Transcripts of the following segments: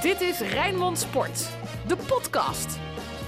Dit is Rijnmond Sport, de podcast.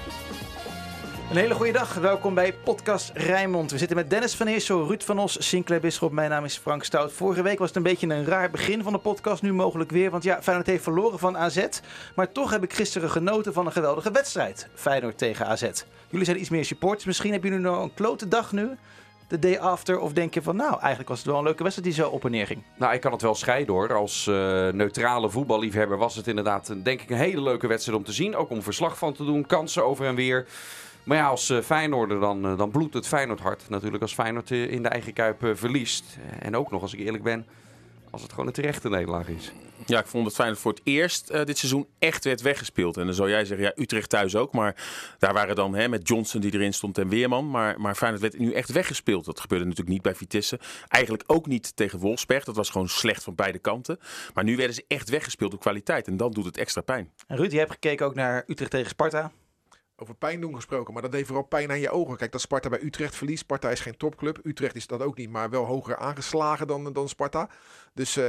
Een hele goede dag, welkom bij podcast Rijnmond. We zitten met Dennis van Eersel, Ruud van Os, Sinclair Bisschop. Mijn naam is Frank Stout. Vorige week was het een beetje een raar begin van de podcast, nu mogelijk weer. Want ja, Feyenoord heeft verloren van AZ. Maar toch heb ik gisteren genoten van een geweldige wedstrijd. Feyenoord tegen AZ. Jullie zijn iets meer supporters. Misschien hebben jullie nog een klote dag nu, de day after. Of denk je van, nou, eigenlijk was het wel een leuke wedstrijd die zo op en neer ging. Nou, ik kan het wel scheiden hoor. Als neutrale voetballiefhebber was het inderdaad denk ik een hele leuke wedstrijd om te zien. Ook om verslag van te doen, kansen over en weer. Maar ja, als Feyenoorder dan bloedt het Feyenoord hard natuurlijk als Feyenoord in de eigen Kuip verliest. En ook nog, als ik eerlijk ben, als het gewoon een terechte nederlaag is. Ja, ik vond dat Feyenoord voor het eerst dit seizoen echt werd weggespeeld. En dan zou jij zeggen, ja, Utrecht thuis ook. Maar daar waren dan met Johnson die erin stond en Weerman. Maar Feyenoord werd nu echt weggespeeld. Dat gebeurde natuurlijk niet bij Vitesse. Eigenlijk ook niet tegen Wolfsberg. Dat was gewoon slecht van beide kanten. Maar nu werden ze echt weggespeeld op kwaliteit. En dan doet het extra pijn. En Ruud, je hebt gekeken ook naar Utrecht tegen Sparta. Over pijn doen gesproken, maar dat deed vooral pijn aan je ogen. Kijk, dat Sparta bij Utrecht verliest. Sparta is geen topclub. Utrecht is dat ook niet, maar wel hoger aangeslagen dan Sparta. Dus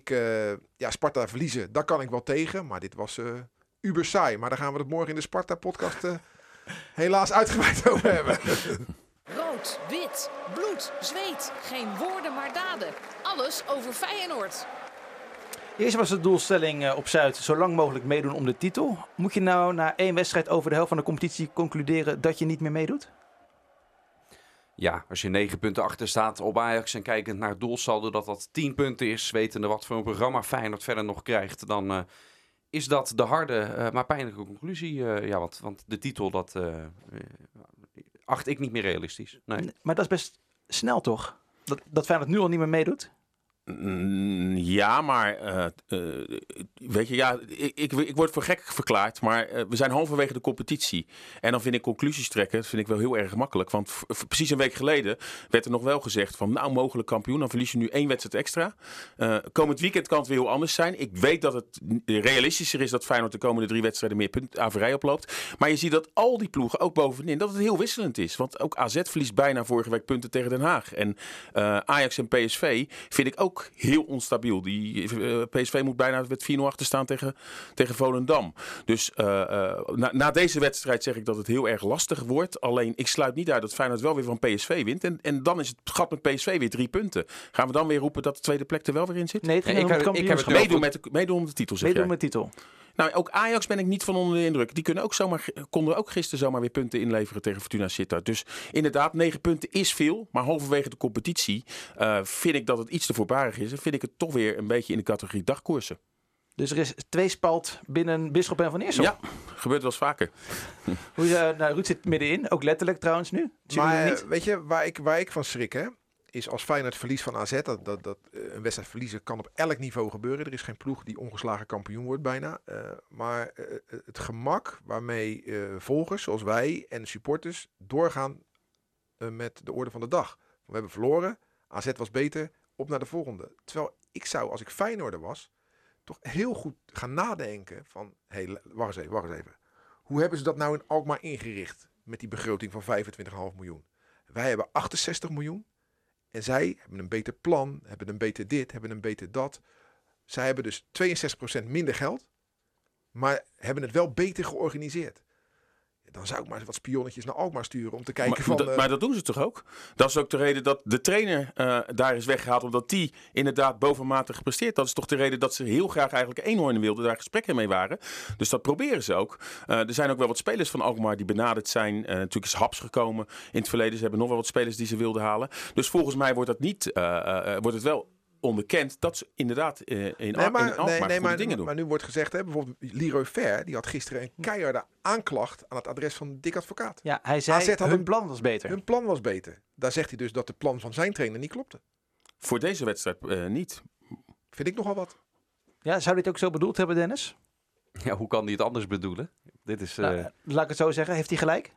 Sparta verliezen, daar kan ik wel tegen. Maar dit was uber saai. Maar daar gaan we het morgen in de Sparta-podcast helaas uitgebreid over hebben. Rood, wit, bloed, zweet. Geen woorden maar daden. Alles over Feyenoord. Eerst was de doelstelling op Zuid zo lang mogelijk meedoen om de titel. Moet je nou na 1 wedstrijd over de helft van de competitie concluderen dat je niet meer meedoet? Ja, als je 9 punten achter staat op Ajax en kijkend naar het doelsaldo dat 10 punten is, wetende wat voor een programma Feyenoord verder nog krijgt, dan is dat de harde, maar pijnlijke conclusie. Want de titel, dat acht ik niet meer realistisch. Nee. Maar dat is best snel toch? Dat Feyenoord nu al niet meer meedoet? Ja, maar weet je, ja, ik word voor gek verklaard, maar we zijn halverwege de competitie. En dan vind ik conclusies trekken, dat vind ik wel heel erg makkelijk. Want precies een week geleden werd er nog wel gezegd van, nou, mogelijk kampioen, dan verlies je nu 1 wedstrijd extra. Komend weekend kan het weer heel anders zijn. Ik weet dat het realistischer is dat Feyenoord de komende 3 wedstrijden meer puntaverij oploopt. Maar je ziet dat al die ploegen, ook bovenin, dat het heel wisselend is. Want ook AZ verliest bijna vorige week punten tegen Den Haag. En Ajax en PSV vind ik ook heel onstabiel. PSV moet bijna met 4-0 achter staan tegen Volendam. Dus na deze wedstrijd zeg ik dat het heel erg lastig wordt. Alleen ik sluit niet uit dat Feyenoord wel weer van PSV wint. En dan is het gat met PSV weer 3 punten. Gaan we dan weer roepen dat de tweede plek er wel weer in zit? Nee, het ging om het kampioenschap. Meedoen om de titel, zeg Meedoen jij. met titel. Nou, ook Ajax ben ik niet van onder de indruk. Die konden ook gisteren zomaar weer punten inleveren tegen Fortuna Sittard. Dus inderdaad, 9 punten is veel. Maar halverwege de competitie vind ik dat het iets te voorbarig is. En vind ik het toch weer een beetje in de categorie dagkoersen. Dus er is tweespalt binnen Bisschop en Van Eersel. Ja, gebeurt wel eens vaker. Ruud zit middenin, ook letterlijk trouwens nu. Maar weet je, waar ik van schrik, hè, is als Feyenoord verlies van AZ, dat een wedstrijd verliezen kan op elk niveau gebeuren. Er is geen ploeg die ongeslagen kampioen wordt bijna. Maar het gemak waarmee volgers zoals wij en supporters doorgaan met de orde van de dag. We hebben verloren, AZ was beter, op naar de volgende. Terwijl ik zou, als ik Feyenoorder was, toch heel goed gaan nadenken van, wacht eens even. Hoe hebben ze dat nou in Alkmaar ingericht met die begroting van 25,5 miljoen? Wij hebben 68 miljoen. En zij hebben een beter plan, hebben een beter dit, hebben een beter dat. Zij hebben dus 62% minder geld, maar hebben het wel beter georganiseerd. Dan zou ik maar wat spionnetjes naar Alkmaar sturen om te kijken maar dat doen ze toch ook? Dat is ook de reden dat de trainer daar is weggehaald, omdat die inderdaad bovenmatig presteert. Dat is toch de reden dat ze heel graag eigenlijk Eenhoorn wilden, daar gesprekken mee waren. Dus dat proberen ze ook. Er zijn ook wel wat spelers van Alkmaar die benaderd zijn. Natuurlijk is Haps gekomen in het verleden. Ze hebben nog wel wat spelers die ze wilden halen. Dus volgens mij wordt dat niet, wordt het wel onderkend dat ze inderdaad in Alkmaar goede dingen doen. Maar nu wordt gezegd, bijvoorbeeld Leroy Fer, die had gisteren een keiharde aanklacht aan het adres van Dick Advocaat. Ja, hij zei hun plan was beter. Hun plan was beter. Daar zegt hij dus dat de plan van zijn trainer niet klopte. Voor deze wedstrijd niet. Vind ik nogal wat. Ja, zou dit ook zo bedoeld hebben, Dennis? Ja, hoe kan hij het anders bedoelen? Dit is, laat ik het zo zeggen. Heeft hij gelijk?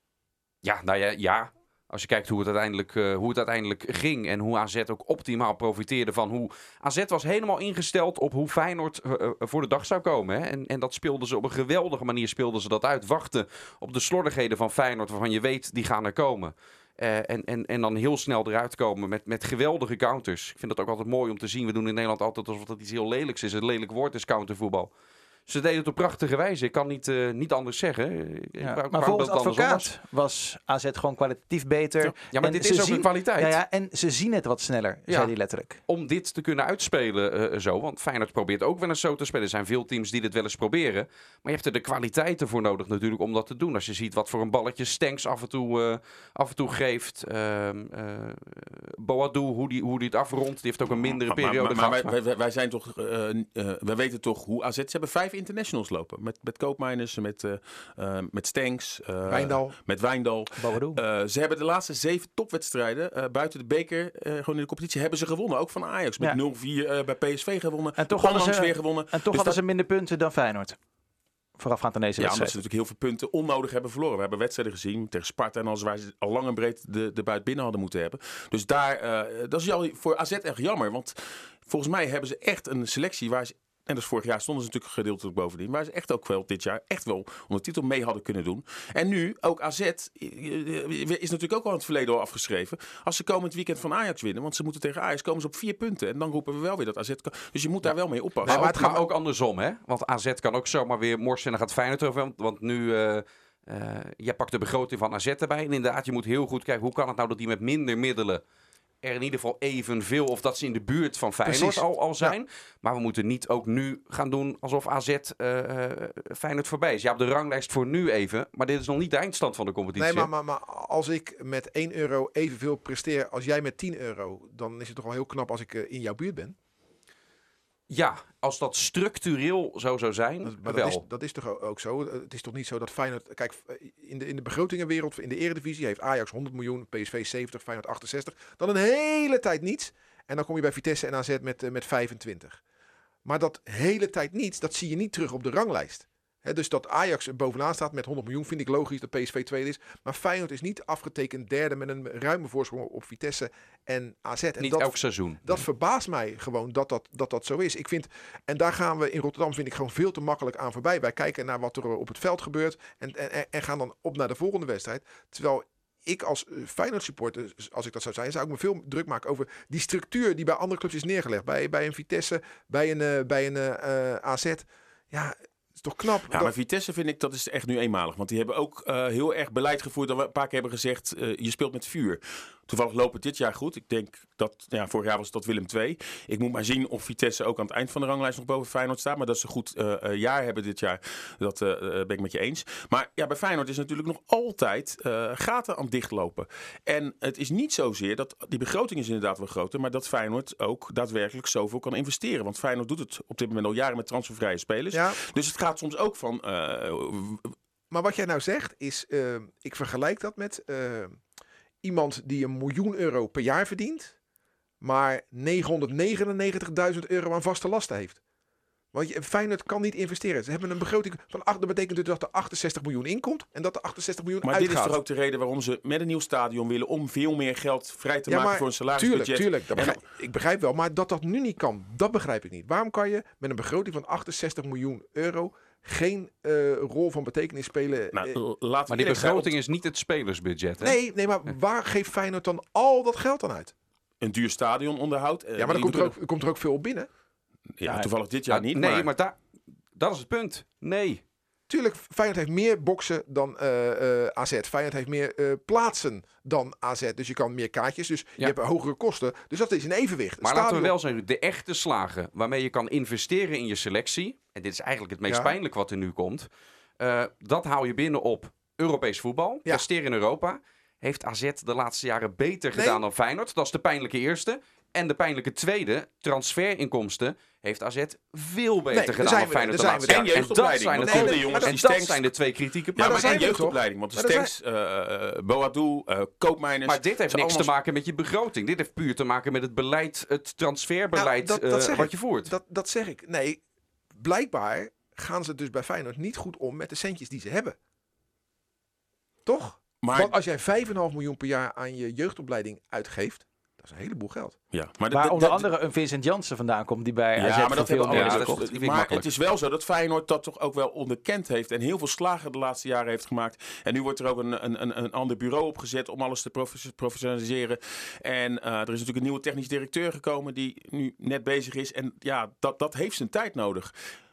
Ja, nou ja. Als je kijkt hoe het uiteindelijk ging en hoe AZ ook optimaal profiteerde van hoe... AZ was helemaal ingesteld op hoe Feyenoord voor de dag zou komen. Hè? En dat speelden ze op een geweldige manier speelden ze dat uit. Wachten op de slordigheden van Feyenoord waarvan je weet die gaan er komen. En dan heel snel eruit komen met geweldige counters. Ik vind dat ook altijd mooi om te zien. We doen in Nederland altijd alsof dat iets heel lelijks is. Een lelijk woord is countervoetbal. Ze deden het op prachtige wijze. Ik kan niet anders zeggen. Maar volgens advocaat was AZ gewoon kwalitatief beter. Ja, maar dit is ook een kwaliteit. Ja, en ze zien het wat sneller, zei hij letterlijk. Om dit te kunnen uitspelen zo. Want Feyenoord probeert ook wel eens zo te spelen. Er zijn veel teams die dit wel eens proberen. Maar je hebt er de kwaliteiten voor nodig natuurlijk om dat te doen. Als je ziet wat voor een balletje Stenks af en toe geeft. Boadu, hoe die het afrondt. Die heeft ook een mindere periode gehad. Maar wij zijn toch... wij weten toch hoe AZ... Ze hebben 5 internationals lopen. Met Koopmeiners, met Stenks. Met Wijndal. Ze hebben de laatste 7 topwedstrijden buiten de beker, gewoon in de competitie, hebben ze gewonnen. Ook van Ajax. Met 0-4 bij PSV gewonnen. En toch hadden ze weer gewonnen. En toch hadden ze minder punten dan Feyenoord. Voorafgaand aan deze wedstrijd. Omdat ze natuurlijk heel veel punten onnodig hebben verloren. We hebben wedstrijden gezien tegen Sparta en als waar ze al lang en breed de buit binnen hadden moeten hebben. Dus dat is voor AZ echt jammer. Want volgens mij hebben ze echt een selectie waar ze... En dus vorig jaar stonden ze natuurlijk gedeeltelijk bovendien. Waar ze echt ook wel dit jaar echt wel om de titel mee hadden kunnen doen. En nu, ook AZ is natuurlijk ook al in het verleden al afgeschreven. Als ze komend weekend van Ajax winnen, want ze moeten tegen Ajax, komen ze op 4 punten. En dan roepen we wel weer dat AZ kan. Dus je moet daar wel mee oppassen. Maar het gaat ook andersom, hè? Want AZ kan ook zomaar weer morsen en dan gaat Feyenoord over. Want nu... jij pakt de begroting van AZ erbij. En inderdaad, je moet heel goed kijken, hoe kan het nou dat die met minder middelen er in ieder geval evenveel, of dat ze in de buurt van Feyenoord al zijn. Ja. Maar we moeten niet ook nu gaan doen alsof AZ Feyenoord voorbij is. Ja, op de ranglijst voor nu even. Maar dit is nog niet de eindstand van de competitie. Nee, maar als ik met €1 evenveel presteer als jij met €10, dan is het toch wel heel knap als ik in jouw buurt ben. Ja, als dat structureel zo zou zijn, dat is toch ook zo? Het is toch niet zo dat Feyenoord... Kijk, in de begrotingenwereld, in de Eredivisie heeft Ajax 100 miljoen, PSV 70, Feyenoord 68. Dan een hele tijd niets. En dan kom je bij Vitesse en AZ met 25. Maar dat hele tijd niets, dat zie je niet terug op de ranglijst. Dus dat Ajax bovenaan staat met 100 miljoen vind ik logisch, dat PSV tweede is. Maar Feyenoord is niet afgetekend derde met een ruime voorsprong op Vitesse en AZ. En niet elk seizoen. Dat verbaast mij gewoon dat zo is. Ik vind, en daar gaan we in Rotterdam vind ik gewoon veel te makkelijk aan voorbij. Wij kijken naar wat er op het veld gebeurt en gaan dan op naar de volgende wedstrijd. Terwijl ik als Feyenoord supporter, als ik dat zou zijn, zou ik me veel druk maken over die structuur die bij andere clubs is neergelegd. Bij een Vitesse, bij een AZ. Ja, is toch knap. Ja, maar Vitesse vind ik, dat is echt nu eenmalig. Want die hebben ook heel erg beleid gevoerd. Dat we een paar keer hebben gezegd, je speelt met vuur. Toevallig loopt het dit jaar goed. Ik denk dat, vorig jaar was dat Willem II. Ik moet maar zien of Vitesse ook aan het eind van de ranglijst nog boven Feyenoord staat. Maar dat ze een goed jaar hebben dit jaar, dat ben ik met je eens. Maar ja, bij Feyenoord is natuurlijk nog altijd gaten aan het dichtlopen. En het is niet zozeer dat, die begroting is inderdaad wel groter, maar dat Feyenoord ook daadwerkelijk zoveel kan investeren. Want Feyenoord doet het op dit moment al jaren met transfervrije spelers. Ja. Dus het gaat soms ook van... Maar wat jij nou zegt is, ik vergelijk dat met... iemand die €1 miljoen per jaar verdient, maar €999.000 aan vaste lasten heeft. Want Feyenoord kan niet investeren. Ze hebben een begroting van 8. Dat betekent dus dat er 68 miljoen inkomt en dat er 68 miljoen uitgaat. Maar dit is toch ook de reden waarom ze met een nieuw stadion willen om veel meer geld vrij te maken voor een salarisbudget. Tuurlijk. Ik begrijp wel, maar dat nu niet kan, dat begrijp ik niet. Waarom kan je met een begroting van €68 miljoen geen rol van betekenis spelen? Maar die begroting is niet het spelersbudget, hè? Nee, maar waar geeft Feyenoord dan al dat geld aan uit? Een duur stadiononderhoud. Ja, maar dan komt er ook veel op binnen. Ja, toevallig dit jaar niet. Nee, maar dat is het punt. Nee. Tuurlijk, Feyenoord heeft meer boksen dan AZ. Feyenoord heeft meer plaatsen dan AZ. Dus je kan meer kaartjes. Dus je hebt hogere kosten. Dus dat is een evenwicht. Maar laten we wel zeggen, de echte slagen waarmee je kan investeren in je selectie. En dit is eigenlijk het meest pijnlijk wat er nu komt. Dat hou je binnen op Europees voetbal. Presteren in Europa. Heeft AZ de laatste jaren beter gedaan dan Feyenoord. Dat is de pijnlijke eerste. En de pijnlijke tweede, transferinkomsten, heeft AZ veel beter gedaan dan Feyenoord de laatste jaren. En dat zijn natuurlijk dat zijn de twee kritieke punten. Ja, maar en jeugdopleiding. Want de Stenks, Boadu, Koopmeiners... Maar dit heeft niks te maken met je begroting. Dit heeft puur te maken met het beleid, het transferbeleid wat je voert. Dat zeg ik. Nee, blijkbaar gaan ze dus bij Feyenoord niet goed om met de centjes die ze hebben. Toch? Want als jij €5,5 miljoen per jaar aan je jeugdopleiding uitgeeft, dat is een heleboel geld. Ja, maar onder andere een Vincent Janssen vandaan komt die bij AZ maar dat veel meer gekocht. Maar het is wel zo dat Feyenoord dat toch ook wel onderkend heeft en heel veel slagen de laatste jaren heeft gemaakt. En nu wordt er ook een ander bureau opgezet om alles te professionaliseren. En er is natuurlijk een nieuwe technisch directeur gekomen die nu net bezig is. En ja, dat heeft zijn tijd nodig.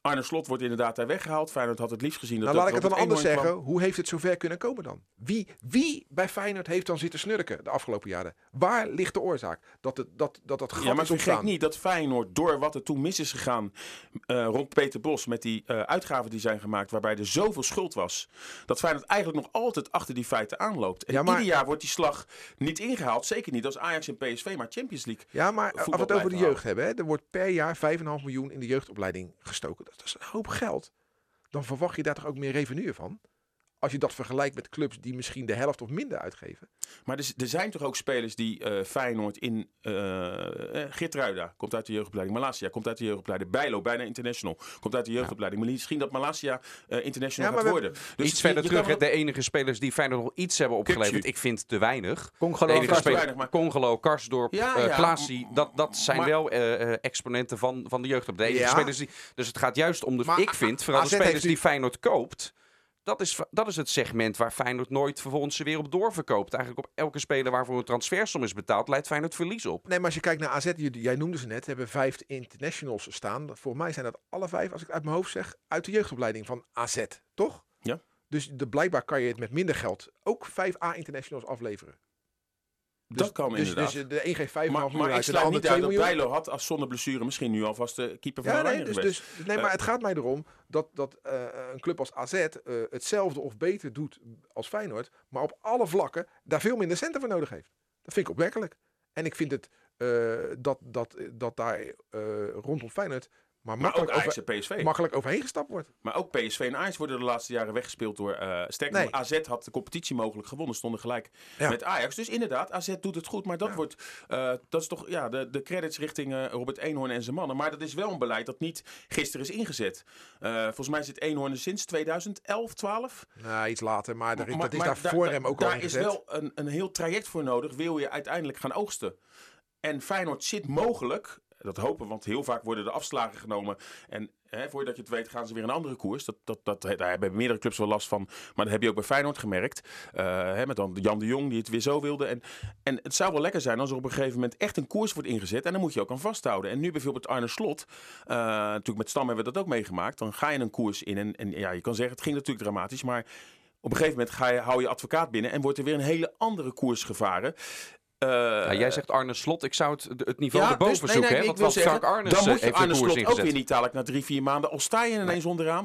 Arne Slot wordt inderdaad daar weggehaald. Feyenoord had het liefst gezien dat Nou, laat ik het dan Robert anders Eenhoorn zeggen. Hoe heeft het zover kunnen komen dan? Wie bij Feyenoord heeft dan zitten snurken de afgelopen jaren? Waar ligt de oorzaak? Dat gat Ja, maar is ontstaan. vergeet niet dat Feyenoord, door wat er toen mis is gegaan rond Peter Bos, met die uitgaven die zijn gemaakt, waarbij er zoveel schuld was, dat Feyenoord eigenlijk nog altijd achter die feiten aanloopt. En ieder jaar wordt die slag niet ingehaald. Zeker niet als Ajax en PSV, maar Champions League. Ja, maar als we het over de blijven jeugd hebben. Hè, er wordt per jaar 5,5 miljoen in de jeugdopleiding gestoken. Dat is een hoop geld. Dan verwacht je daar toch ook meer revenue van? Als je dat vergelijkt met clubs die misschien de helft of minder uitgeven. Maar er zijn toch ook spelers die Feyenoord in... Geertruida komt uit de jeugdopleiding. Malasia komt uit de jeugdopleiding. Bijlo, bijna international, komt uit de jeugdopleiding. Maar misschien dat Malasia international gaat worden. Dus iets verder terug, de enige spelers die Feyenoord nog iets hebben opgeleverd. Ik vind te weinig. Congolo, Karsdorp, Klaasie. Dat zijn wel exponenten van de jeugdopleiding. De enige spelers die, dus het gaat juist om ik vind, vooral de spelers die Feyenoord koopt. Dat is het segment waar Feyenoord nooit vervolgens weer op doorverkoopt. Eigenlijk op elke speler waarvoor een transfersom is betaald, leidt Feyenoord verlies op. Nee, maar als je kijkt naar AZ, jij noemde ze net, hebben 5 internationals staan. Volgens mij zijn dat alle 5, als ik het uit mijn hoofd zeg, uit de jeugdopleiding van AZ, toch? Ja. Dus blijkbaar kan je het met minder geld ook 5 A-internationals afleveren. Dat kan inderdaad. Dus de een geeft 5,5 miljoen maar ik uit, de sluit ander niet 2 uit dat miljoen. Bijlo had als zonder blessure misschien nu alvast de keeper van Oranje geweest. Maar het gaat mij erom dat een club als AZ hetzelfde of beter doet als Feyenoord, maar op alle vlakken daar veel minder centen voor nodig heeft. Dat vind ik opmerkelijk. En ik vind het dat daar rondom Feyenoord maar ook Ajax en PSV. makkelijk overheen gestapt wordt. Maar ook PSV en Ajax worden de laatste jaren weggespeeld door... sterker nog, AZ had de competitie mogelijk gewonnen. Stonden gelijk met Ajax. Dus inderdaad, AZ doet het goed. Maar dat wordt... dat is toch de credits richting Robert Eenhoorn en zijn mannen. Maar dat is wel een beleid dat niet gisteren is ingezet. Volgens mij zit Eenhoorn er sinds 2011, 12. Nou, iets later. Maar dat is daar voor hem ook al ingezet. Daar is wel een heel traject voor nodig. Wil je uiteindelijk gaan oogsten. En Feyenoord zit mogelijk... Dat hopen, want heel vaak worden de afslagen genomen. En voordat je het weet gaan ze weer een andere koers. Daar hebben meerdere clubs wel last van. Maar dat heb je ook bij Feyenoord gemerkt. Met dan Jan de Jong die het weer zo wilde. En het zou wel lekker zijn als er op een gegeven moment echt een koers wordt ingezet. En dan moet je ook aan vasthouden. En nu bijvoorbeeld Arne Slot. Natuurlijk met Stam hebben we dat ook meegemaakt. Dan ga je een koers in. En je kan zeggen het ging natuurlijk dramatisch. Maar op een gegeven moment hou je advocaat binnen. En wordt er weer een hele andere koers gevaren. Jij zegt Arne Slot, ik zou het niveau erboven zoeken. Nee, want Frank Arnes dan moet je heeft Arne de koers Slot ingezet. ook weer niet dadelijk na 3-4 maanden. Al sta je ineens onderaan.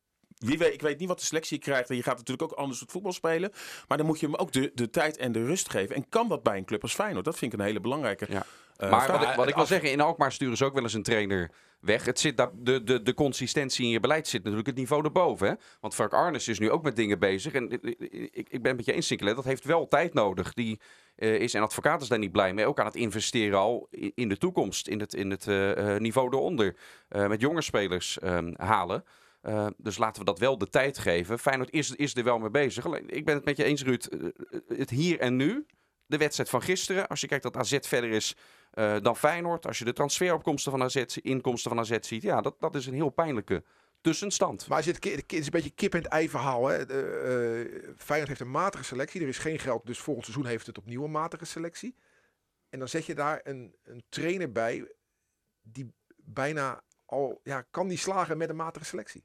Ik weet niet wat de selectie krijgt. En je gaat natuurlijk ook anders het voetbal spelen. Maar dan moet je hem ook de tijd en de rust geven. En kan dat bij een club als Feyenoord? Dat vind ik een hele belangrijke Maar wat ik wil zeggen, in Alkmaar sturen ze ook wel eens een trainer weg. Het zit de consistentie in je beleid zit natuurlijk het niveau erboven. Hè? Want Frank Arnes is nu ook met dingen bezig. En ik ben het met je eens, Sinclair. Dat heeft wel tijd nodig. Die en advocaat is daar niet blij mee. Ook aan het investeren al in de toekomst. In het niveau eronder. Met jonge spelers halen. Dus laten we dat wel de tijd geven. Feyenoord is er wel mee bezig. Alleen, ik ben het met je eens, Ruud. Het hier en nu. De wedstrijd van gisteren. Als je kijkt dat AZ verder is dan Feyenoord. Als je de transferopkomsten van AZ, inkomsten van AZ ziet. Ja, dat is een heel pijnlijke tussenstand. Maar als je het is een beetje kip en het ei verhaal. Hè. Feyenoord heeft een matige selectie. Er is geen geld, dus volgend seizoen heeft het opnieuw een matige selectie. En dan zet je daar een trainer bij die bijna al kan die slagen met een matige selectie.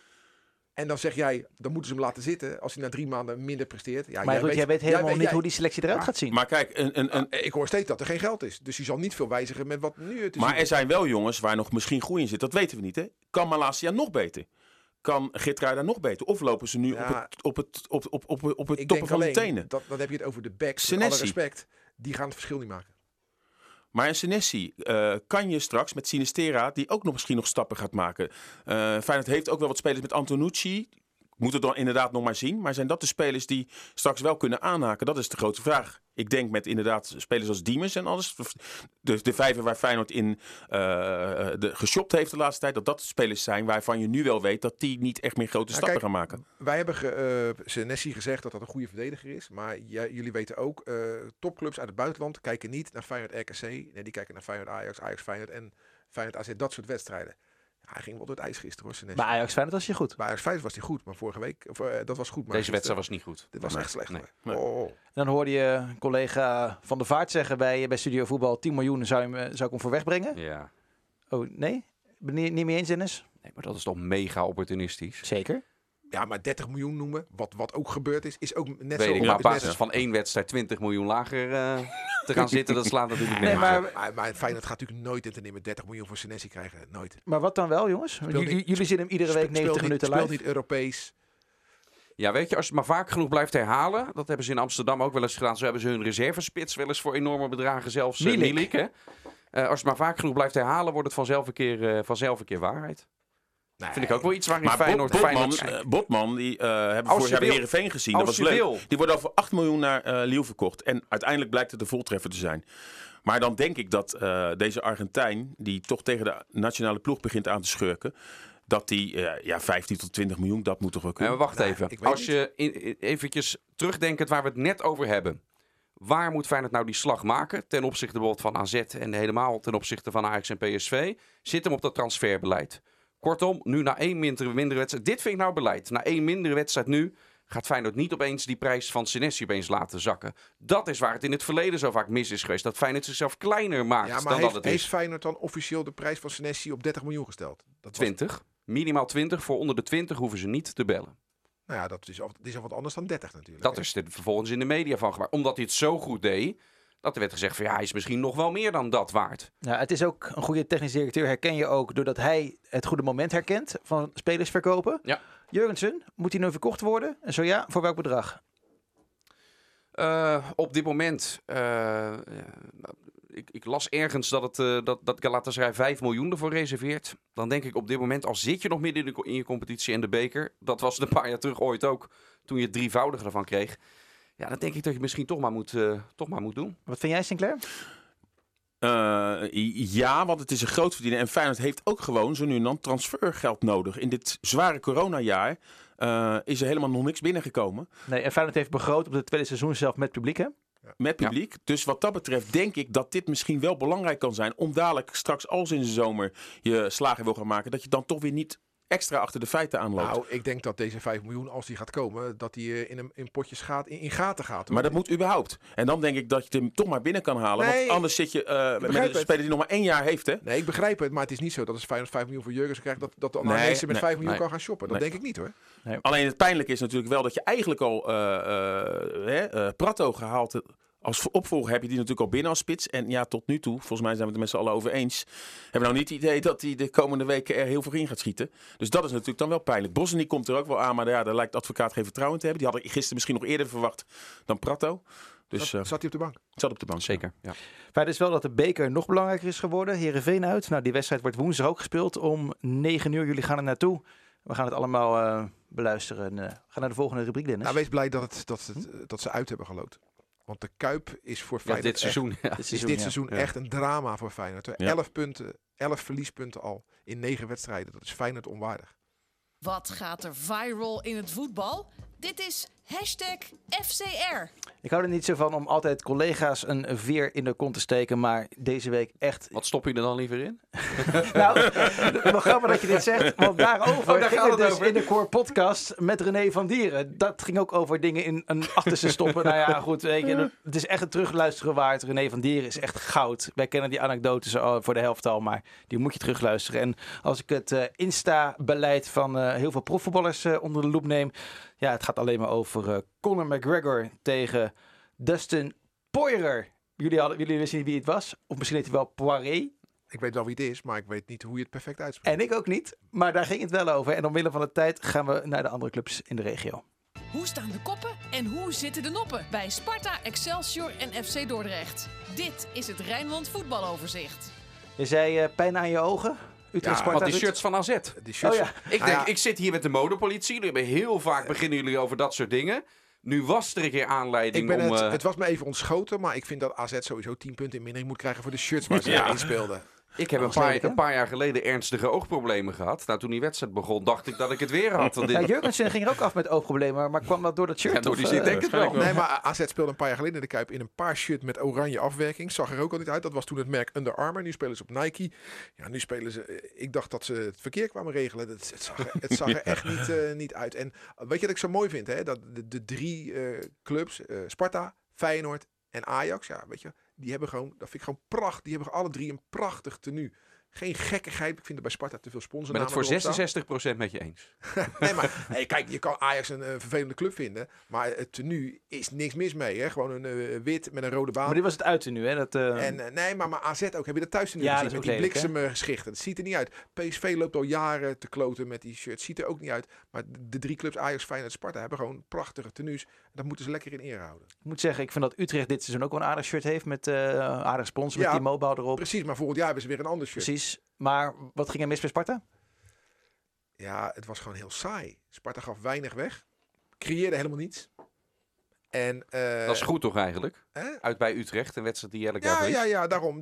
En dan zeg jij, dan moeten ze hem laten zitten als hij na 3 maanden minder presteert. Ja, maar jij weet helemaal niet hoe die selectie eruit gaat zien. Maar kijk, ik hoor steeds dat er geen geld is. Dus je zal niet veel wijzigen met wat nu het is. Maar er zijn wel jongens waar nog misschien groei in zit. Dat weten we niet. Hè? Kan Malasia nog beter? Kan Geertruida nog beter? Of lopen ze nu op het toppen van de tenen? Dan heb je het over de backs. Met alle respect. Die gaan het verschil niet maken. Maar in Senesi kan je straks met Sinistera, die ook misschien nog stappen gaat maken. Feyenoord heeft ook wel wat spelers met Antonucci. Moet het dan inderdaad nog maar zien. Maar zijn dat de spelers die straks wel kunnen aanhaken? Dat is de grote vraag. Ik denk met inderdaad spelers als Diemers en alles. De vijver waar Feyenoord in geshopt heeft de laatste tijd. Dat spelers zijn waarvan je nu wel weet dat die niet echt meer grote stappen gaan maken. Wij hebben Senesi gezegd dat dat een goede verdediger is. Maar jullie weten ook, topclubs uit het buitenland kijken niet naar Feyenoord RKC. Nee, die kijken naar Feyenoord Ajax, Ajax Feyenoord en Feyenoord AZ. Dat soort wedstrijden. Hij ging wel door het ijs gisteren, hoor, Senesi. Bij Ajax Feyenoord was hij goed. Bij Ajax Feyenoord was hij goed, maar vorige week... dat was goed. Maar deze wedstrijd was niet goed. Dit was echt slecht. Nee. Oh. En dan hoorde je collega Van der Vaart zeggen bij Studio Voetbal... 10 miljoen zou ik hem voor wegbrengen. Ja. Oh, nee? Niet mee eens, Dennis? Nee, maar dat is toch mega opportunistisch. Zeker. Ja, maar 30 miljoen noemen, wat ook gebeurd is ook net Weet zo... ik, maar op is net basis zo- van 1 wedstrijd 20 miljoen lager te gaan zitten, dat slaat natuurlijk Nee, nergens op. Maar Feyenoord gaat natuurlijk nooit in te nemen 30 miljoen voor Senesi krijgen. Nooit. Maar wat dan wel, jongens? Speelt niet- Jullie zien hem iedere week 90 minuten speelt live. niet Europees. Ja, weet je, als je het maar vaak genoeg blijft herhalen, dat hebben ze in Amsterdam ook wel eens gedaan. Zo hebben ze hun reservespits wel eens voor enorme bedragen, zelfs Milik. Hè? Als je het maar vaak genoeg blijft herhalen, wordt het vanzelf een keer waarheid. Nee. Vind ik ook wel iets waarin Maar Feyenoord... Botman, die hebben we Als vorig je jaar bij wil. Heerenveen gezien. Als Dat je was leuk. wil. Die worden al voor 8 miljoen naar Lille verkocht. En uiteindelijk blijkt het de voltreffer te zijn. Maar dan denk ik dat deze Argentijn, die toch tegen de nationale ploeg begint aan te schurken, dat die 15 tot 20 miljoen, dat moet toch wel Ja, kunnen. maar wacht Nee, even. ik weet Als je eventjes terugdenkt waar we het net over hebben. Waar moet Feyenoord nou die slag maken? Ten opzichte bijvoorbeeld van AZ en helemaal ten opzichte van Ajax en PSV. Zit hem op dat transferbeleid. Kortom, nu na 1 mindere wedstrijd. Dit vind ik nou beleid. Na 1 mindere wedstrijd nu gaat Feyenoord niet opeens die prijs van Senesi opeens laten zakken. Dat is waar het in het verleden zo vaak mis is geweest. Dat Feyenoord zichzelf kleiner maakt Ja, maar dan dat heeft, het heeft is. Feyenoord dan officieel de prijs van Senesi op 30 miljoen gesteld? Dat was- 20. Minimaal 20. Voor onder de 20 hoeven ze niet te bellen. Nou ja, dat is al wat anders dan 30 natuurlijk. Dat is er vervolgens in de media van gemaakt. Omdat hij het zo goed deed, dat er werd gezegd van ja, hij is misschien nog wel meer dan dat waard. Ja, het is ook een goede technisch directeur. Herken je ook doordat hij het goede moment herkent van spelers verkopen. Ja. Jurgensen, moet hij nu verkocht worden? En zo ja, voor welk bedrag? Op dit moment, ik las ergens dat Galatasaray 5 miljoen ervoor reserveert. Dan denk ik op dit moment, al zit je nog midden in je competitie en de beker. Dat was een paar jaar terug ooit ook, toen je het drievoudige ervan kreeg. Ja, dan denk ik dat je misschien toch maar moet doen. Wat vind jij, Sinclair? Ja, want het is een groot verdiener. En Feyenoord heeft ook gewoon zo nu en dan transfergeld nodig. In dit zware coronajaar is er helemaal nog niks binnengekomen. Nee, en Feyenoord heeft begroot op het tweede seizoen zelf met publiek, hè? Met publiek. Dus wat dat betreft denk ik dat dit misschien wel belangrijk kan zijn. Om dadelijk straks als in de zomer je slagen wil gaan maken. Dat je dan toch weer niet extra achter de feiten aanloopt. Nou, ik denk dat deze 5 miljoen, als die gaat komen, dat die in potjes gaat, in gaten gaat. Hoor. Maar dat moet überhaupt. En dan denk ik dat je hem toch maar binnen kan halen. Nee, want anders zit je met begrijp een het. speler die nog maar 1 jaar heeft. Hè? Nee, ik begrijp het, maar het is niet zo dat als Feyenoord 5 miljoen voor Jurgensen krijgt, dat de Nee, Arnezen met 5 miljoen nee. kan gaan shoppen. Dat Nee. denk ik niet hoor. Alleen het pijnlijke is natuurlijk wel dat je eigenlijk al Pratto gehaald. Als opvolger heb je die natuurlijk al binnen als spits. En ja, tot nu toe, volgens mij zijn we het er met z'n allen over eens. Hebben we nou niet het idee dat hij de komende weken er heel veel in gaat schieten. Dus dat is natuurlijk dan wel pijnlijk. Bosnië komt er ook wel aan, maar ja, daar lijkt de advocaat geen vertrouwen te hebben. Die had ik gisteren misschien nog eerder verwacht dan Pratto. Dus Zat hij op de bank? zat op de bank. Zeker. Ja. Feit is wel dat de beker nog belangrijker is geworden. Heerenveen uit. Nou, die wedstrijd wordt woensdag ook gespeeld om 9 uur. Jullie gaan er naartoe. We gaan het allemaal beluisteren. Ga naar de volgende rubriek, Dennis. Nou, wees blij dat ze uit hebben geloot. Want de Kuip is voor Ja, Feyenoord dit seizoen. Ja. is dit seizoen Ja. echt een drama voor Feyenoord. Ja. 11 punten, 11 verliespunten al in 9 wedstrijden. Dat is Feyenoord onwaardig. Wat gaat er viral in het voetbal? Dit is #FCR. Ik hou er niet zo van om altijd collega's een veer in de kont te steken. Maar deze week echt... Wat stop je er dan liever in? Nou, wel grappig dat je dit zegt. Want daarover daar ging gaat het het dus over. in de Core Podcast met René van Dieren. Dat ging ook over dingen in een achterste stoppen. Nou ja, goed. Weet je, het is echt een terugluisteren waard. René van Dieren is echt goud. Wij kennen die anekdotes voor de helft al. Maar die moet je terugluisteren. En als ik het Insta-beleid van heel veel profvoetballers onder de loep neem. Ja, het gaat alleen maar over Conor McGregor tegen Dustin Poirier. Jullie wisten niet wie het was. Of misschien heet hij wel Poirier. Ik weet wel wie het is, maar ik weet niet hoe je het perfect uitspreekt. En ik ook niet, maar daar ging het wel over. En omwille van de tijd gaan we naar de andere clubs in de regio. Hoe staan de koppen en hoe zitten de noppen bij Sparta, Excelsior en FC Dordrecht? Dit is het Rijnmond voetbaloverzicht. Je zei pijn aan je ogen? Utrecht, Ja, Sparta. Want die Ruud? shirts van AZ. Die shirts, Oh ja. Ik Nou denk, ja. ik zit hier met de modepolitie. Jullie hebben heel vaak beginnen jullie over dat soort dingen. Nu was er een keer aanleiding om... het was me even ontschoten, maar ik vind dat AZ sowieso 10 punten in mindering moet krijgen voor de shirts waar ze in speelden. Ik heb een paar jaar geleden ernstige oogproblemen gehad. Nou, toen die wedstrijd begon, dacht ik dat ik het weer had. Want Ja, dit... Jurgensen ging er ook af met oogproblemen, maar kwam dat door dat shirt? Ja, door die of, zin denk ik wel. Nee, maar AZ speelde een paar jaar geleden in de Kuip in een paar shirt met oranje afwerking. Zag er ook al niet uit. Dat was toen het merk Under Armour. Nu spelen ze op Nike. Ja, nu spelen ze... Ik dacht dat ze het verkeer kwamen regelen. Het zag er echt niet uit. En weet je wat ik zo mooi vind? Hè? Dat de 3 clubs, Sparta, Feyenoord en Ajax. Ja, weet je, die hebben gewoon... Dat vind ik gewoon prachtig. Die hebben alle 3 een prachtig tenue. Geen gekkigheid. Ik vind er bij Sparta te veel Ik ben sponsornamen het voor erop staan. 66% met je eens. Nee, maar kijk, je kan Ajax een vervelende club vinden. Maar het tenue is niks mis mee. Hè? Gewoon een wit met een rode baan. Maar dit was het uiten nu, hè? Dat, Nee, maar AZ ook. Heb je dat thuis tenue Ja, gezien? dat is Met ook die lelijk, bliksemgeschichten. Dat ziet er niet uit. PSV loopt al jaren te kloten met die shirts. Ziet er ook niet uit. Maar de 3 clubs Ajax, Feyenoord, Sparta hebben gewoon prachtige tenues. Dat moeten ze lekker in ere houden. ik moet zeggen, ik vind dat Utrecht dit seizoen ook wel een aardig shirt heeft met aardig sponsor, met die mobile erop. Precies, maar volgend jaar hebben ze weer een ander shirt. Precies. Maar wat ging er mis bij Sparta? Ja, het was gewoon heel saai. Sparta gaf weinig weg. Creëerde helemaal niets. En, Dat is goed toch eigenlijk? hè? Uit bij Utrecht, een wedstrijd die je elk jaar verliest. Ja, daarom.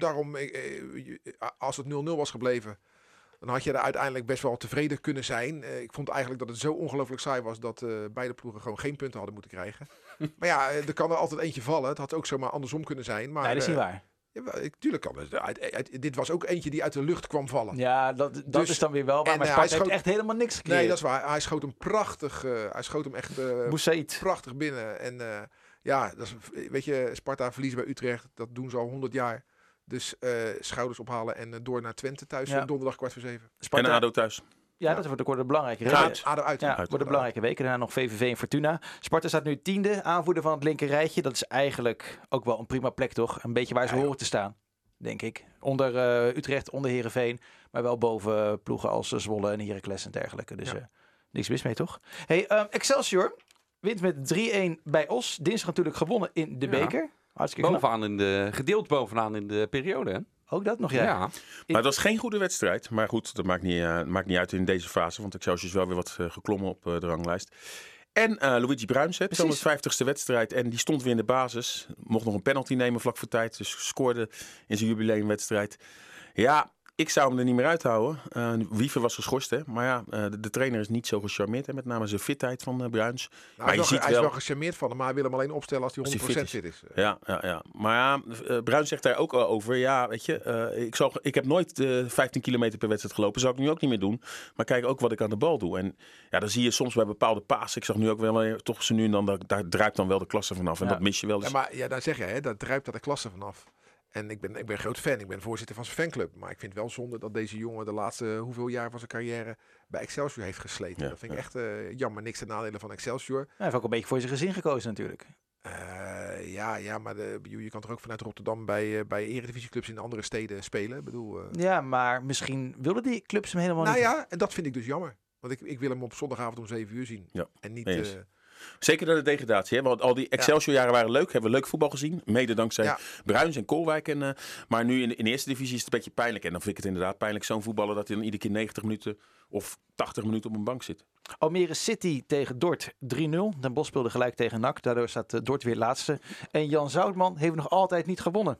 Als het 0-0 was gebleven, dan had je er uiteindelijk best wel tevreden kunnen zijn. Ik vond eigenlijk dat het zo ongelooflijk saai was dat beide ploegen gewoon geen punten hadden moeten krijgen. Maar ja, er kan er altijd eentje vallen. Het had ook zomaar andersom kunnen zijn. Maar, Nee, dat is niet waar. Tuurlijk kan het. Dit was ook eentje die uit de lucht kwam vallen. Ja, dat Dus- is dan weer wel waar. en, Maar hij Sparta heeft schoot- echt helemaal niks gecreëerd. Nee, dat is waar. Hij schoot hem prachtig. Hij schoot hem echt Boussaïd. prachtig binnen. En ja, dat is, weet je, Sparta verliezen bij Utrecht. Dat doen ze al 100 jaar. Dus schouders ophalen en door naar Twente thuis. Ja. Donderdag 6:15. En Sparta, ADO thuis. ja, dat wordt een belangrijke Ja, race. uit. ADO uit. Ja, het wordt een belangrijke week. Daarna nog VVV en Fortuna. Sparta staat nu 10e, aanvoerder van het linker rijtje. Dat is eigenlijk ook wel een prima plek, toch? Een beetje waar ze horen te staan, denk ik. Onder Utrecht, onder Heerenveen. Maar wel boven ploegen als Zwolle en Heracles en dergelijke. Dus niks mis mee, toch? Hey, Excelsior wint met 3-1 bij Os. Dinsdag natuurlijk gewonnen in de Ja. beker. Hartstikke knap. Gedeeld bovenaan in de periode, hè? Ook dat nog, Ja. ja. Maar het was geen goede wedstrijd. Maar goed, dat maakt niet uit in deze fase. Want Excelsior is wel weer wat geklommen op de ranglijst. En Luigi Bruins, het 250ste wedstrijd. En die stond weer in de basis. Mocht nog een penalty nemen vlak voor tijd. Dus scoorde in zijn jubileumwedstrijd. Ja, ik zou hem er niet meer uithouden. Wiever was geschorst, hè. Maar ja, de trainer is niet zo gecharmeerd. Hè. Met name zijn fitheid van Bruins. Maar je ziet hij is wel gecharmeerd van hem, maar hij wil hem alleen opstellen als hij Als hij 100% fit fit is. Ja. Maar ja, Bruins zegt daar ook al over. Ja, weet je, ik heb nooit 15 kilometer per wedstrijd gelopen. Zou ik nu ook niet meer doen. Maar kijk ook wat ik aan de bal doe. En ja, dan zie je soms bij bepaalde pasen. Ik zag nu ook wel weer, toch zo nu en dan, daar druipt dan wel de klasse vanaf. En Ja. dat mis je wel Ja, eens. maar ja, dan zeg jij, hè, dat druipt dat de klasse vanaf. En ik ben een groot fan. Ik ben voorzitter van zijn fanclub. Maar ik vind het wel zonde dat deze jongen de laatste hoeveel jaar van zijn carrière bij Excelsior heeft gesleten. Ja, Dat vind ik echt jammer. Niks ten nadele van Excelsior. Hij heeft ook een beetje voor zijn gezin gekozen natuurlijk. Ja, maar je kan toch ook vanuit Rotterdam bij eredivisieclubs in andere steden spelen. Ik bedoel, Ja, maar misschien wilden die clubs hem helemaal nou niet. ja, en dat vind ik dus jammer. Want ik wil hem op zondagavond om 7 uur zien. Ja, En niet... eens. Zeker naar de degradatie. Hè? Want al die Excelsior-jaren waren leuk. Hebben we leuk voetbal gezien. Mede dankzij Bruins en Koolwijk. Maar nu in de eerste divisie is het een beetje pijnlijk. En dan vind ik het inderdaad pijnlijk zo'n voetballer dat hij dan iedere keer 90 minuten of 80 minuten op een bank zit. Almere City tegen Dort 3-0. Den Bosch speelde gelijk tegen NAC. Daardoor staat Dort weer laatste. En Jan Zoutman heeft nog altijd niet gewonnen.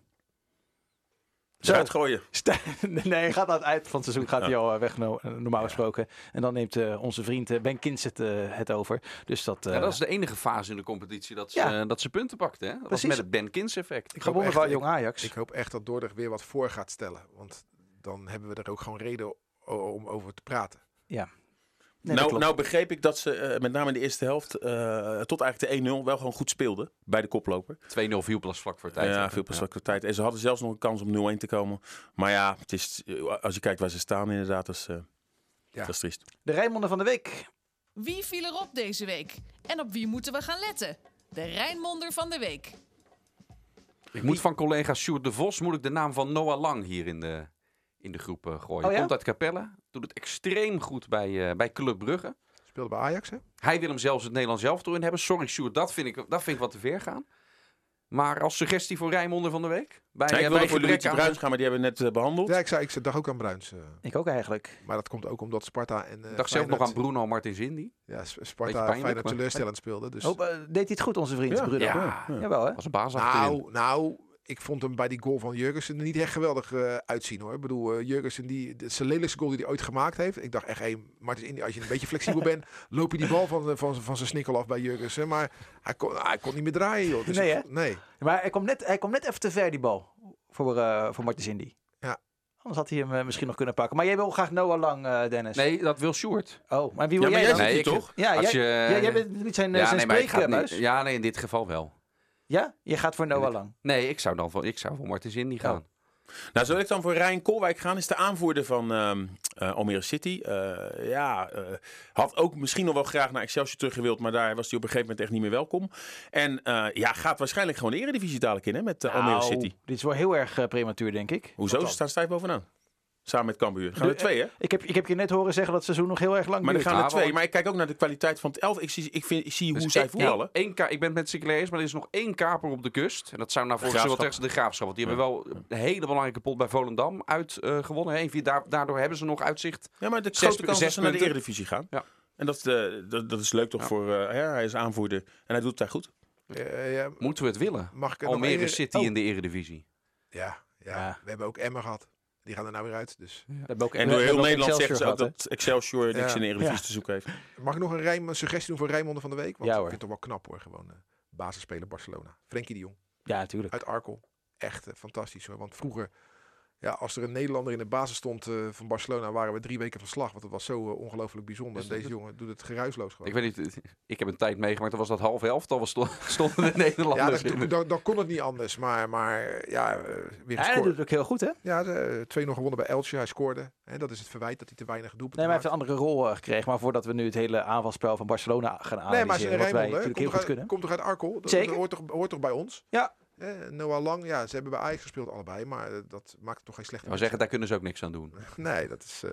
Zo. Eruit gooien. Nee, hij gaat aan het eind van het seizoen gaat hij al weg, normaal gesproken. En dan neemt onze vriend Ben Kins het over. Dus dat dat is de enige fase in de competitie dat ze punten pakten. Hè? Dat was Precies. met het Ben Kins effect. gewonnen van Jong Ajax. Ik hoop echt dat Dordrecht weer wat voor gaat stellen. Want dan hebben we er ook gewoon reden om over te praten. Ja. Nee, dat klopt. Nou begreep ik dat ze met name in de eerste helft tot eigenlijk de 1-0 wel gewoon goed speelden bij de koploper. 2-0 viel pas vlak voor tijd. Ja, veel pas vlak voor tijd. En ze hadden zelfs nog een kans om 0-1 te komen. Maar ja, het is, als je kijkt waar ze staan inderdaad, dat is triest. De Rijnmonden van de week. Wie viel erop deze week? En op wie moeten we gaan letten? De Rijnmonder van de week. Ik moet van collega Sjoerd de Vos de naam van Noah Lang hier in de groep gooien. Oh ja? Komt uit Capelle. Doet het extreem goed bij Club Brugge. Speelde bij Ajax, hè? Hij wil hem zelfs het Nederlands elftal in hebben. Sorry Sjoerd, dat vind ik wat te ver gaan. Maar als suggestie voor Rijnmonder van de week? Ik wilde voor gebrek Luigi aan- Bruins gaan, maar die hebben we net behandeld. Ja, ik dacht ook aan Bruins. Ik ook eigenlijk. Maar dat komt ook omdat Sparta en Ik dacht zelf nog Feyenoord- aan Bruno Martins Indy. Ja, Beetje Sparta pijnlijk, Feyenoord maar- teleurstellend speelde. Dus... Deed hij het goed, onze vriend Ja. Bruno? Ja. Jawel, hè? Als een baas achterin. Nou, ik vond hem bij die goal van Jurgensen er niet echt geweldig uitzien, hoor. Ik bedoel, Jurgensen, zijn lelijkste goal die hij ooit gemaakt heeft. Ik dacht echt, Martins Indy, als je een beetje flexibel bent, loop je die bal van zijn snikkel af bij Jurgensen. Maar hij kon niet meer draaien, joh. Dus Nee, hè? Nee. Maar hij kwam net even te ver, die bal. Voor Martins Indy. Ja. Anders had hij hem misschien nog kunnen pakken. Maar jij wil graag Noah Lang, Dennis. Nee, dat wil Sjoerd. Oh, maar wie wil Ja, maar jij jij dan? zit hier ik- toch? Ja, Als jij bent niet zijn maar ik ga spreekbuis. niet. Ja, nee, in dit geval wel. Ja? Je gaat voor Noah Lang. Nee, ik zou voor Martins Indy gaan. Nou, zal ik dan voor Ryan Koolwijk gaan? Is de aanvoerder van Almere City. Had ook misschien nog wel graag naar Excelsior teruggewild, maar daar was hij op een gegeven moment echt niet meer welkom. En gaat waarschijnlijk gewoon de Eredivisie dadelijk in, hè, met Almere City. Dit is wel heel erg prematuur, denk ik. Hoezo? Ze staan stijf bovenaan. Samen met Cambuur. Gaan er 2, hè? Ik heb je net horen zeggen dat het seizoen nog heel erg lang Maar er duurt. gaan er 2. Maar ik kijk ook naar de kwaliteit van het elf. Ik zie hoe zij voetballen. Ik ben het met Sinclair eens, maar er is nog 1 kaper op de kust. En dat zou nou volgens mij wel tegen de Graafschap. Want die hebben wel een hele belangrijke pot bij Volendam uitgewonnen. Daardoor hebben ze nog uitzicht. Ja, maar de grote kans dat ze naar de punten. Eredivisie gaan. Ja. En dat is leuk toch voor... hij is aanvoerder en hij doet het daar goed. Moeten we het willen? Mag ik Almere City in de Eredivisie. Ja, we hebben ook Emmen gehad. Die gaan er nou weer uit. Dus. En Door heel Nederland zeggen ze ook dat Excelsior niks in de Eredivisie te zoeken heeft. Mag ik nog een suggestie doen voor Rijnmond van de week? Want Ja, ik hoor. vind het toch wel knap hoor. Gewoon basisspeler Barcelona. Frenkie de Jong. Ja, natuurlijk. Uit Arkel. Echt fantastisch hoor. Want vroeger, als er een Nederlander in de basis stond van Barcelona, waren we 3 weken van slag. Want het was zo ongelooflijk bijzonder. En deze jongen doet het geruisloos gewoon. Ik weet niet, ik heb een tijd meegemaakt, dat was dat half elftal, stonden de Nederlanders in. Dan kon het niet anders. Maar weer Hij gescoord. doet het ook heel goed, hè? Ja, 2-0 gewonnen bij Elche. Hij scoorde. Dat is het verwijt dat hij te weinig doelpunten Nee, maar hij heeft maakt. een andere rol gekregen. Maar voordat we nu het hele aanvalspel van Barcelona gaan Nee, maar analyseren, wat wij Rijnmond natuurlijk heel goed kunnen. komt toch uit Arkel? Dat Zeker. hoort toch bij ons? Ja. Noah Lang, ze hebben bij Ajax gespeeld allebei, maar dat maakt toch geen slechte We zeggen, daar kunnen ze ook niks aan doen. Nee, dat is...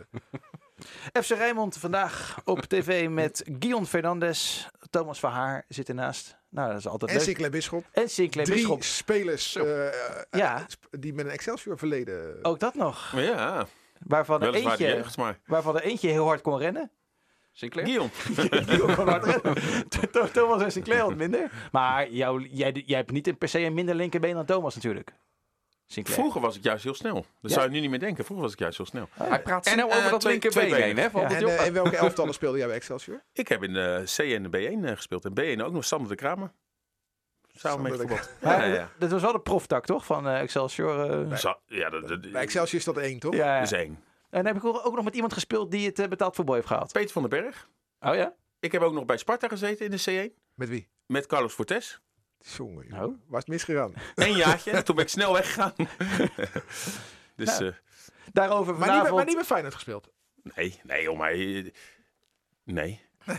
FC Rijnmond vandaag op tv met Guion Fernandes. Thomas van Haar zit ernaast. Nou, dat is altijd En leuk. Sinclair Bisschop. En Sinclair 3 Bisschop. spelers Ja. die met een Excelsior verleden... Ook dat nog. Maar ja, Waarvan er weliswaar de eentje, jeugd, maar... waarvan er eentje heel hard kon rennen. Sinclair? Guillaume. Die kon hard rennen. Thomas en Sinclair wat minder. Maar jij hebt niet per se een minder linkerbeen dan Thomas natuurlijk. Sinclair. Vroeger was ik juist heel snel. Dat zou je nu niet meer denken. Vroeger was ik juist heel snel. Hij praat En, snel over dat twee linkerbeen benen. heen, hè? Valt het En je op? in welke elftallen speelde jij bij Excelsior? Ik heb in de C en de B1 gespeeld. En B1 ook nog Sander de Kramer. Samen met Sander de voetbal. Maar Ja. dat was wel de proftak, toch? Van Excelsior. Ja, Bij Excelsior is dat 1, toch? Ja. dat is 1. En dan heb ik ook nog met iemand gespeeld die het betaald voetbal heeft gehaald. Peter van den Berg. Oh ja? Ik heb ook nog bij Sparta gezeten in de C1. Met wie? Met Carlos Fortes. Jongen, Oh. waar is het misgegaan? 1 jaartje. Toen ben ik snel weggegaan. Dus Daarover Maar vanavond. niet bij Feyenoord gespeeld? nee, joh, maar... Nee.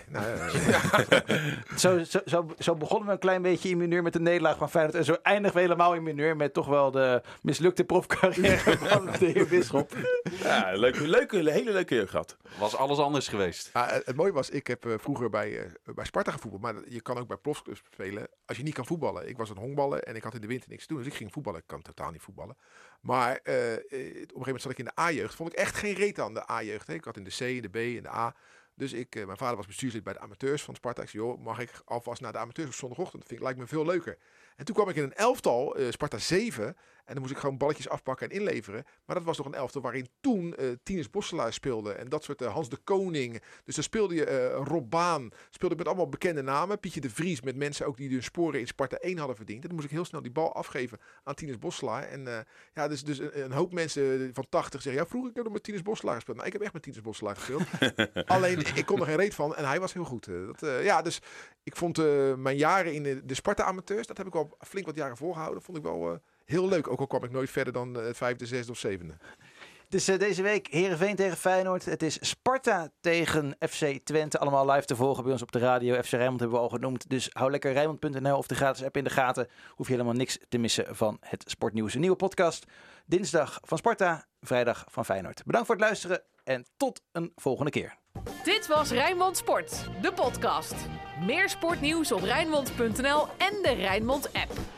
Zo begonnen we een klein beetje in mineur met de nederlaag van Feyenoord. En zo eindigen we helemaal in mineur met toch wel de mislukte profcarrière van de heer Bisschop. Ja, hele leuke jeugd gehad. Was alles anders geweest. Het mooie was, ik heb vroeger bij Sparta gevoetbald. Maar je kan ook bij profclubs spelen als je niet kan voetballen. Ik was een honkballen en ik had in de winter niks te doen. Dus ik ging voetballen. Ik kan totaal niet voetballen. Maar op een gegeven moment zat ik in de A-jeugd. Vond ik echt geen reet aan de A-jeugd. Ik had in de C, in de B, in de A. Dus mijn vader was bestuurslid bij de amateurs van Sparta. Ik zei, joh, mag ik alvast naar de amateurs op zondagochtend? Dat lijkt me veel leuker. En toen kwam ik in een elftal, Sparta 7. En dan moest ik gewoon balletjes afpakken en inleveren. Maar dat was nog een elftal waarin toen Tinus Bosselaar speelde. En dat soort Hans de Koning. Dus dan speelde je Rob Baan. Speelde met allemaal bekende namen. Pietje de Vries met mensen ook die hun sporen in Sparta 1 hadden verdiend. En dan moest ik heel snel die bal afgeven aan Tinus Bosselaar. En dus een hoop mensen van 80 zeggen, ja, vroeger heb ik nog met Tinus Bosselaar gespeeld. Nou, ik heb echt met Tinus Bosselaar gespeeld. Alleen, ik kon er geen reet van. En hij was heel goed. Dus ik vond mijn jaren in de Sparta amateurs, dat heb ik al flink wat jaren volgehouden. Vond ik wel heel leuk. Ook al kwam ik nooit verder dan het 5e, 6e of 7e. Dus deze week Heerenveen tegen Feyenoord. Het is Sparta tegen FC Twente. Allemaal live te volgen bij ons op de radio. FC Rijnmond hebben we al genoemd. Dus hou lekker Rijnmond.nl of de gratis app in de gaten. Hoef je helemaal niks te missen van het sportnieuws. Een nieuwe podcast. Dinsdag van Sparta, vrijdag van Feyenoord. Bedankt voor het luisteren en tot een volgende keer. Dit was Rijnmond Sport, de podcast. Meer sportnieuws op Rijnmond.nl en de Rijnmond app.